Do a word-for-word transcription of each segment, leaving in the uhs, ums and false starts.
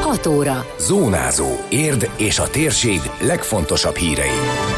hat óra. Zónázó. Érd és a térség legfontosabb hírei.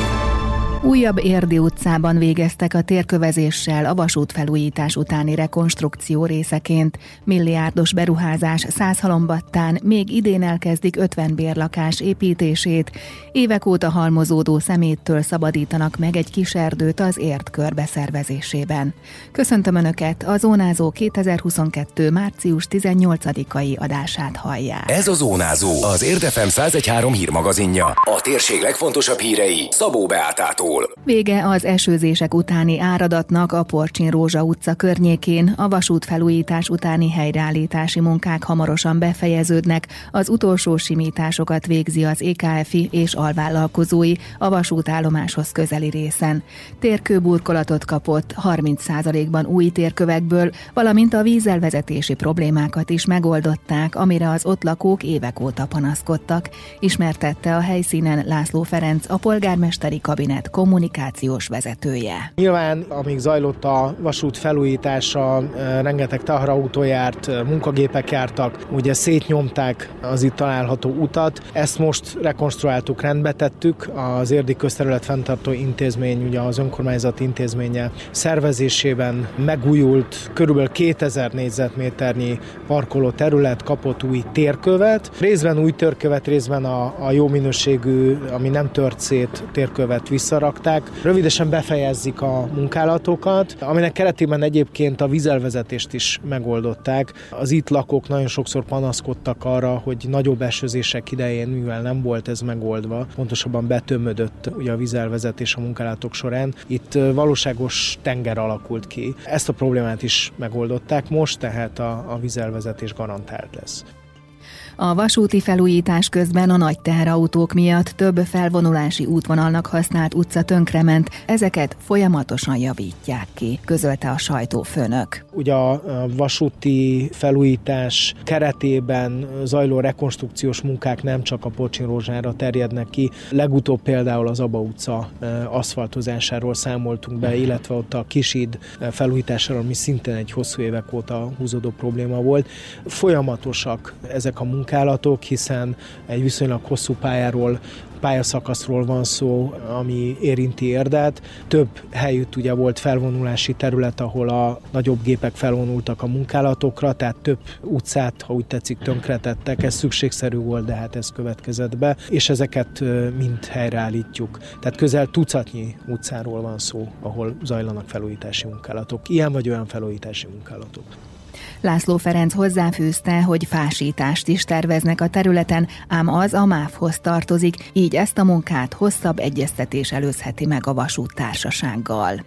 Újabb Érdi utcában végeztek a térkövezéssel a vasútfelújítás utáni rekonstrukció részeként. Milliárdos beruházás Százhalombattán még idén elkezdik ötven bérlakás építését. Évek óta halmozódó szeméttől szabadítanak meg egy kis erdőt az Érd körbeszervezésében. Köszöntöm Önöket, a Zónázó kétezer-huszonkettő. március tizennyolcadikai adását hallják. Ez a Zónázó, az Érd ef em száz egy pont három hírmagazinja. A térség legfontosabb hírei Szabó Beátától. Vége az esőzések utáni áradatnak a Porcsin-Rózsa utca környékén, a vasútfelújítás utáni helyreállítási munkák hamarosan befejeződnek, az utolsó simításokat végzi az é ká ef-i és alvállalkozói a vasútállomáshoz közeli részen. Térkőburkolatot kapott, harminc százalékban új térkövekből, valamint a vízelvezetési problémákat is megoldották, amire az ott lakók évek óta panaszkodtak, ismertette a helyszínen László Ferenc, a polgármesteri kabinet kommunikációs vezetője. Nyilván, amíg zajlott a vasút felújítása, rengeteg teherautó járt, munkagépek jártak, ugye szétnyomták az itt található utat. Ezt most rekonstruáltuk, rendbe tettük. Az Érdi Közterület Fenntartó Intézmény, ugye az önkormányzat intézménye szervezésében megújult, körülbelül kétezer négyzetméternyi parkoló terület kapott új térkövet. Részben új térkövet, részben a, a jó minőségű, ami nem tört szét térkövet visszarakták. Rövidesen befejezik a munkálatokat, aminek keretében egyébként a vízelvezetést is megoldották. Az itt lakók nagyon sokszor panaszkodtak arra, hogy nagyobb esőzések idején, mivel nem volt ez megoldva, pontosabban betömödött ugye a vízelvezetés a munkálatok során. Itt valóságos tenger alakult ki. Ezt a problémát is megoldották most, tehát a, a vízelvezetés garantált lesz. A vasúti felújítás közben a nagy teherautók miatt több felvonulási útvonalnak használt utca tönkrement, ezeket folyamatosan javítják ki, közölte a sajtófőnök. Ugye a vasúti felújítás keretében zajló rekonstrukciós munkák nem csak a Porcsin-Rózsára terjednek ki. Legutóbb például az Aba utca aszfaltozásáról számoltunk be, illetve ott a Kishíd felújításáról, ami szintén egy hosszú évek óta húzódó probléma volt. Folyamatosak ezek a munkálatok, hiszen egy viszonylag hosszú pályáról, pályaszakaszról van szó, ami érinti Érdet. Több helyütt ugye volt felvonulási terület, ahol a nagyobb gépek felvonultak a munkálatokra, tehát több utcát, ha úgy tetszik, tönkretettek. Ez szükségszerű volt, de hát ez következett be, és ezeket mind helyreállítjuk. Tehát közel tucatnyi utcáról van szó, ahol zajlanak felújítási munkálatok. Ilyen vagy olyan felújítási munkálatok. László Ferenc hozzáfűzte, hogy fásítást is terveznek a területen, ám az a MÁV-hoz tartozik, így ezt a munkát hosszabb egyeztetés előzheti meg a vasúttársasággal.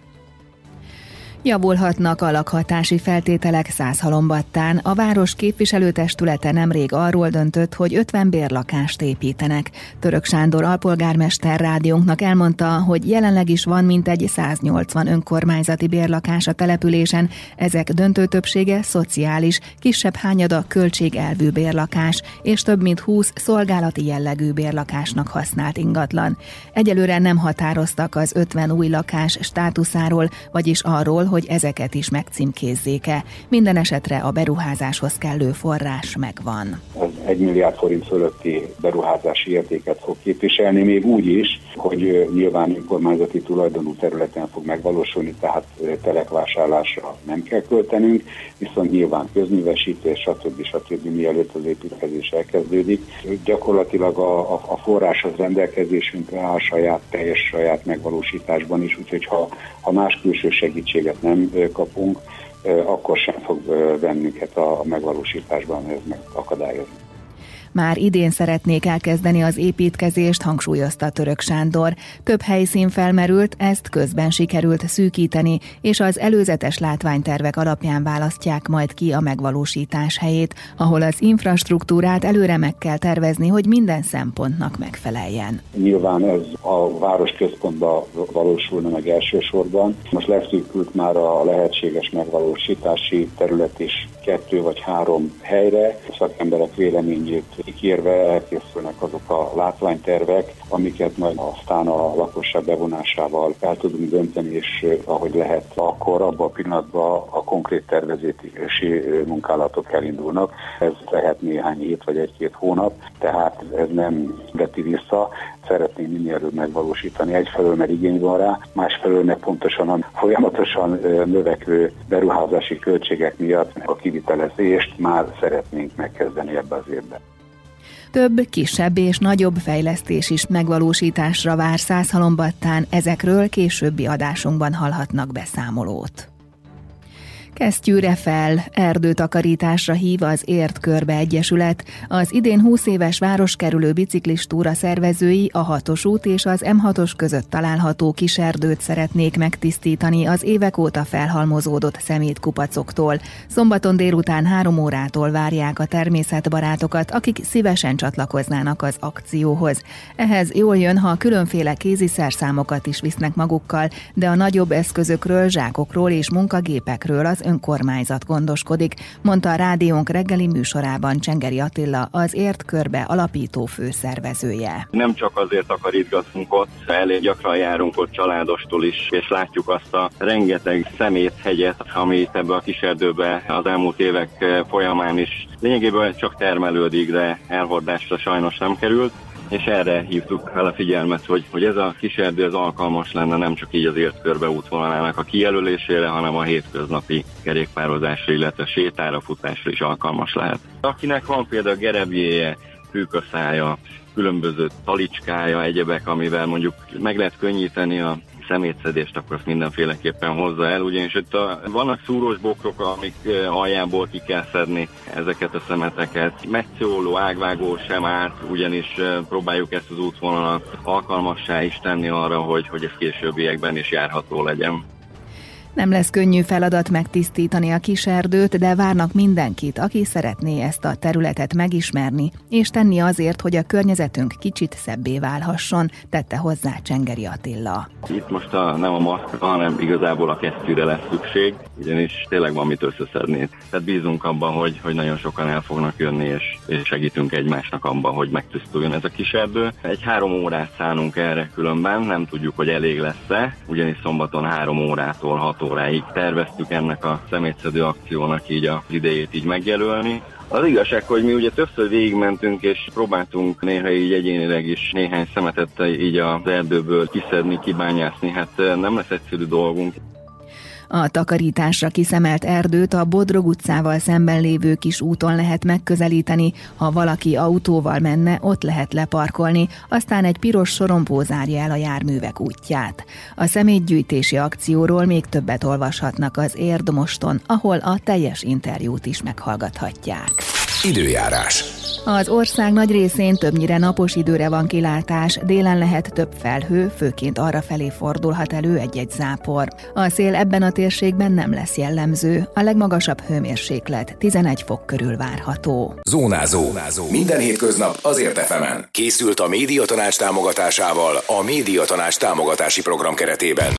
Javulhatnak a lakhatási feltételek Százhalombattán. A város képviselőtestülete nemrég arról döntött, hogy ötven bérlakást építenek. Török Sándor alpolgármester rádiónknak elmondta, hogy jelenleg is van mintegy száznyolcvan önkormányzati bérlakás a településen, ezek döntő többsége szociális, kisebb hányada költségelvű bérlakás, és több mint húsz szolgálati jellegű bérlakásnak használt ingatlan. Egyelőre nem határoztak az ötven új lakás státuszáról, vagyis arról, hogy ezeket is megcímkézzék-e. Minden esetre a beruházáshoz kellő forrás megvan. Ez egy milliárd forint fölötti beruházási értéket fog képviselni, még úgy is, hogy nyilván önkormányzati tulajdonú területen fog megvalósulni, tehát telekvásárlásra nem kell költenünk, viszont nyilván közművesítés, stb. stb. Mielőtt az építkezés elkezdődik. Gyakorlatilag a, a, a forrás az rendelkezésünkre áll saját, teljes saját megvalósításban is, úgyhogy ha, ha más külső segítséget nem kapunk, akkor sem fog bennünket a megvalósításban ez megakadályozni. Már idén szeretnék elkezdeni az építkezést, hangsúlyozta Török Sándor. Több helyszín felmerült, ezt közben sikerült szűkíteni, és az előzetes látványtervek alapján választják majd ki a megvalósítás helyét, ahol az infrastruktúrát előre meg kell tervezni, hogy minden szempontnak megfeleljen. Nyilván ez a városközpontban valósulna meg elsősorban. Most leszűkült már a lehetséges megvalósítási terület is kettő vagy három helyre. A szakemberek véleményét kikérve elkészülnek azok a látványtervek, amiket majd aztán a lakosság bevonásával el tudunk dönteni, és ahogy lehet, akkor abban a pillanatban a konkrét tervezési munkálatok elindulnak. Ez lehet néhány hét vagy egy-két hónap, tehát ez nem veti vissza. Szeretnénk minél előbb megvalósítani. Egyfelől, mert igény van rá, másfelől meg pontosan a folyamatosan növekvő beruházási költségek miatt a kivitelezést már szeretnénk megkezdeni ebbe az évben. Több, kisebb és nagyobb fejlesztés is megvalósításra vár Százhalombattán, ezekről későbbi adásunkban hallhatnak beszámolót. Kesztyűre fel, erdőtakarításra hív az Ért Körbe Egyesület. Az idén húsz éves városkerülő biciklistúra szervezői a hatos út és az em hatos között található kiserdőt szeretnék megtisztítani az évek óta felhalmozódott szemétkupacoktól. Szombaton délután három órától várják a természetbarátokat, akik szívesen csatlakoznának az akcióhoz. Ehhez jól jön, ha különféle kéziszerszámokat is visznek magukkal, de a nagyobb eszközökről, zsákokról és munkagépekről az önkormányzat gondoskodik, mondta a rádiónk reggeli műsorában Csengeri Attila, az Ért Körbe alapító főszervezője. Nem csak azért takarítgatunk ott, elég gyakran járunk ott családostól is, és látjuk azt a rengeteg szeméthegyet, amit ebbe a kiserdőbe az elmúlt évek folyamán is lényegében csak termelődik, de elhordásra sajnos nem került. És erre hívtuk fel a figyelmet, hogy, hogy ez a kiserdő az alkalmas lenne nem csak így az Ért Körbe útvonalának a kijelölésére, hanem a hétköznapi kerékpározásra, illetve sétára, futásra is alkalmas lehet. Akinek van például gerebjéje, fűkaszája, különböző talicskája, egyebek, amivel mondjuk meg lehet könnyíteni a szemétszedést, akkor azt mindenféleképpen hozza el, ugyanis itt a, vannak szúrós bokrok, amik aljából ki kell szedni ezeket a szemeteket. Metszóló, ágvágó sem árt, ugyanis próbáljuk ezt az útvonalat alkalmassá is tenni arra, hogy, hogy ez későbbiekben is járható legyen. Nem lesz könnyű feladat megtisztítani a kiserdőt, de várnak mindenkit, aki szeretné ezt a területet megismerni, és tenni azért, hogy a környezetünk kicsit szebbé válhasson, tette hozzá Csengeri Attila. Itt most a, nem a maszkra, hanem igazából a kesztyűre lesz szükség, ugyanis tényleg van mit összeszedni. Tehát bízunk abban, hogy, hogy nagyon sokan el fognak jönni, és, és segítünk egymásnak abban, hogy megtisztuljon ez a kiserdő. Egy három órát szánunk erre különben, nem tudjuk, hogy elég lesz-e, ugyanis szombaton három órától hat óráig terveztük ennek a szemétszedő akciónak így az idejét így megjelölni. Az igazság, hogy mi ugye többször végigmentünk, és próbáltunk néha így egyénileg is néhány szemetet így az erdőből kiszedni, kibányászni, hát nem lesz egyszerű dolgunk. A takarításra kiszemelt erdőt a Bodrog utcával szemben lévő kis úton lehet megközelíteni, ha valaki autóval menne, ott lehet leparkolni, aztán egy piros sorompó zárja el a járművek útját. A szemétgyűjtési akcióról még többet olvashatnak az Érd Moston, ahol a teljes interjút is meghallgathatják. Időjárás. Az ország nagy részén többnyire napos időre van kilátás, délen lehet több felhő, főként arrafelé fordulhat elő egy-egy zápor. A szél ebben a térségben nem lesz jellemző, a legmagasabb hőmérséklet tizenegy fok körül várható. Zónázó. Zónázó. Minden hétköznap az Ért ef emen. Készült a Médiatanács támogatásával a Médiatanács támogatási program keretében.